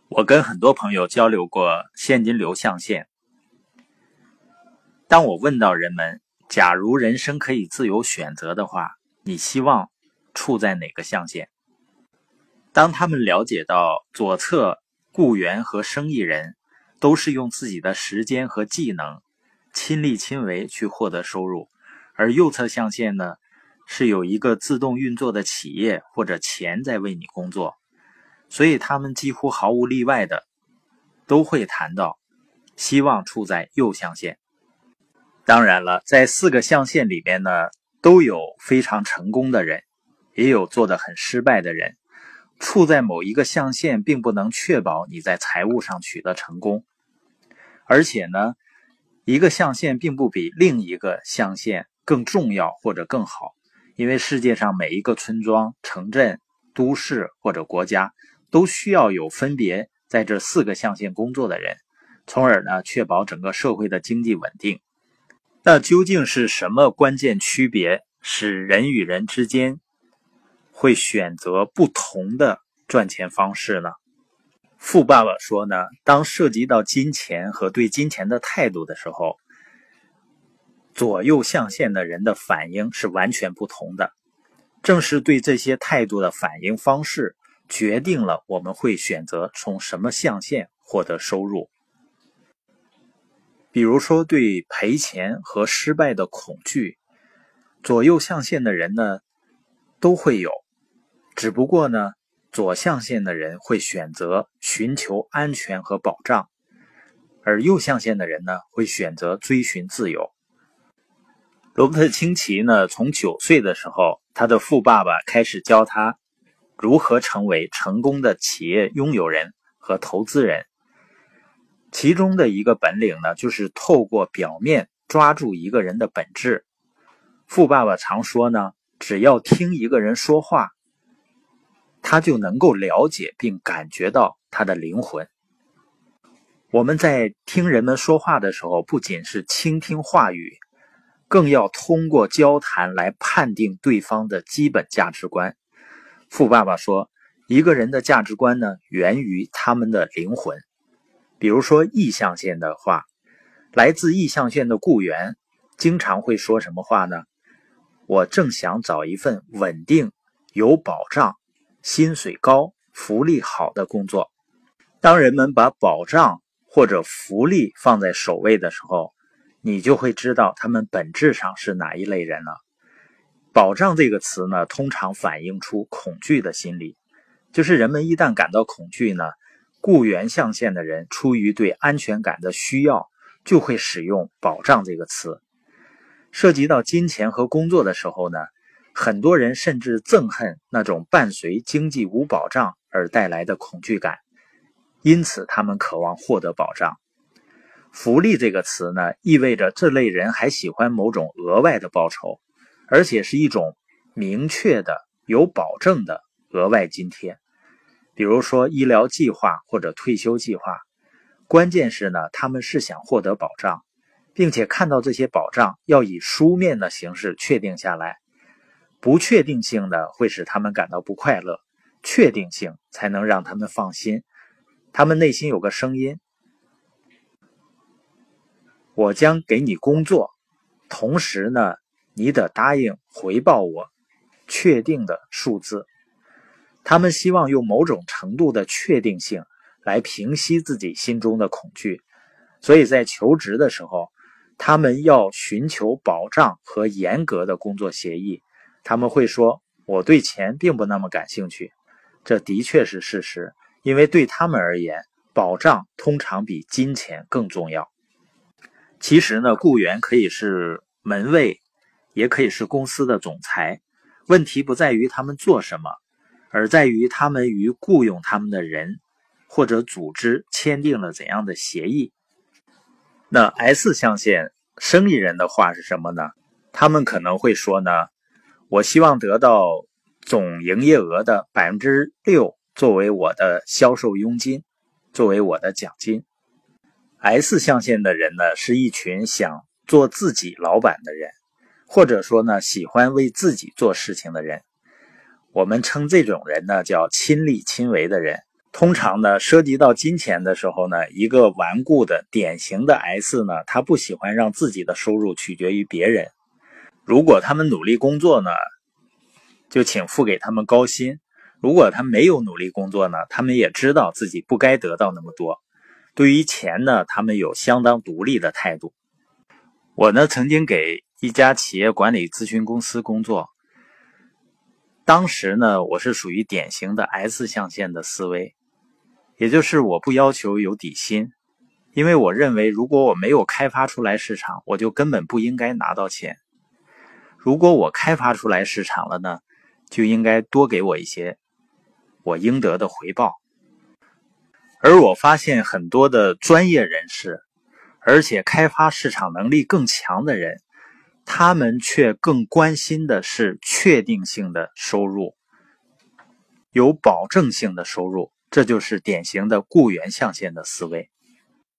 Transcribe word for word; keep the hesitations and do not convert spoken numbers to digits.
我跟很多朋友交流过现金流象限。当我问到人们，假如人生可以自由选择的话，你希望处在哪个象限？当他们了解到左侧雇员和生意人都是用自己的时间和技能亲力亲为去获得收入，而右侧象限呢，是有一个自动运作的企业或者钱在为你工作，所以他们几乎毫无例外的都会谈到希望处在右象限。当然了，在四个象限里面呢，都有非常成功的人，也有做得很失败的人。处在某一个象限并不能确保你在财务上取得成功，而且呢，一个象限并不比另一个象限更重要或者更好，因为世界上每一个村庄、城镇、都市或者国家都需要有分别在这四个象限工作的人，从而呢确保整个社会的经济稳定。那究竟是什么关键区别使人与人之间会选择不同的赚钱方式呢？富爸爸说呢，当涉及到金钱和对金钱的态度的时候，左右象限的人的反应是完全不同的。正是对这些态度的反应方式，决定了我们会选择从什么象限获得收入。比如说对赔钱和失败的恐惧，左右象限的人呢都会有，只不过呢左象限的人会选择寻求安全和保障，而右象限的人呢会选择追寻自由。罗伯特清崎呢从九岁的时候，他的富爸爸开始教他如何成为成功的企业拥有人和投资人。其中的一个本领呢，就是透过表面抓住一个人的本质。富爸爸常说呢，只要听一个人说话，他就能够了解并感觉到他的灵魂。我们在听人们说话的时候，不仅是倾听话语，更要通过交谈来判定对方的基本价值观。富爸爸说，一个人的价值观呢，源于他们的灵魂。比如说异象限的话，来自异象限的雇员经常会说什么话呢？我正想找一份稳定、有保障、薪水高、福利好的工作。当人们把保障或者福利放在首位的时候，你就会知道他们本质上是哪一类人了。保障这个词呢，通常反映出恐惧的心理，就是人们一旦感到恐惧呢，雇员象限的人出于对安全感的需要，就会使用保障这个词。涉及到金钱和工作的时候呢，很多人甚至憎恨那种伴随经济无保障而带来的恐惧感，因此他们渴望获得保障。福利这个词呢，意味着这类人还喜欢某种额外的报酬，而且是一种明确的、有保证的额外津贴。比如说医疗计划或者退休计划，关键是呢，他们是想获得保障，并且看到这些保障要以书面的形式确定下来。不确定性呢，会使他们感到不快乐，确定性才能让他们放心。他们内心有个声音，我将给你工作，同时呢，你得答应回报我确定的数字。他们希望用某种程度的确定性来平息自己心中的恐惧，所以在求职的时候，他们要寻求保障和严格的工作协议。他们会说，我对钱并不那么感兴趣。这的确是事实，因为对他们而言，保障通常比金钱更重要。其实呢，雇员可以是门卫，也可以是公司的总裁，问题不在于他们做什么，而在于他们与雇佣他们的人或者组织签订了怎样的协议。那 S 象限生意人的话是什么呢？他们可能会说呢，我希望得到总营业额的 百分之六 作为我的销售佣金，作为我的奖金。S 象限的人呢，是一群想做自己老板的人，或者说呢，喜欢为自己做事情的人。我们称这种人呢叫亲力亲为的人， 通常呢，涉及到金钱的时候呢，一个顽固的典型的 S 呢，他不喜欢让自己的收入取决于别人。如果他们努力工作呢，就请付给他们高薪；如果他没有努力工作呢，他们也知道自己不该得到那么多。对于钱呢，他们有相当独立的态度。我呢，曾经给一家企业管理咨询公司工作，当时呢，我是属于典型的 S 象限的思维，也就是我不要求有底薪，因为我认为如果我没有开发出来市场，我就根本不应该拿到钱。如果我开发出来市场了呢，就应该多给我一些我应得的回报。而我发现很多的专业人士，而且开发市场能力更强的人，他们却更关心的是确定性的收入，有保证性的收入，这就是典型的雇员象限的思维。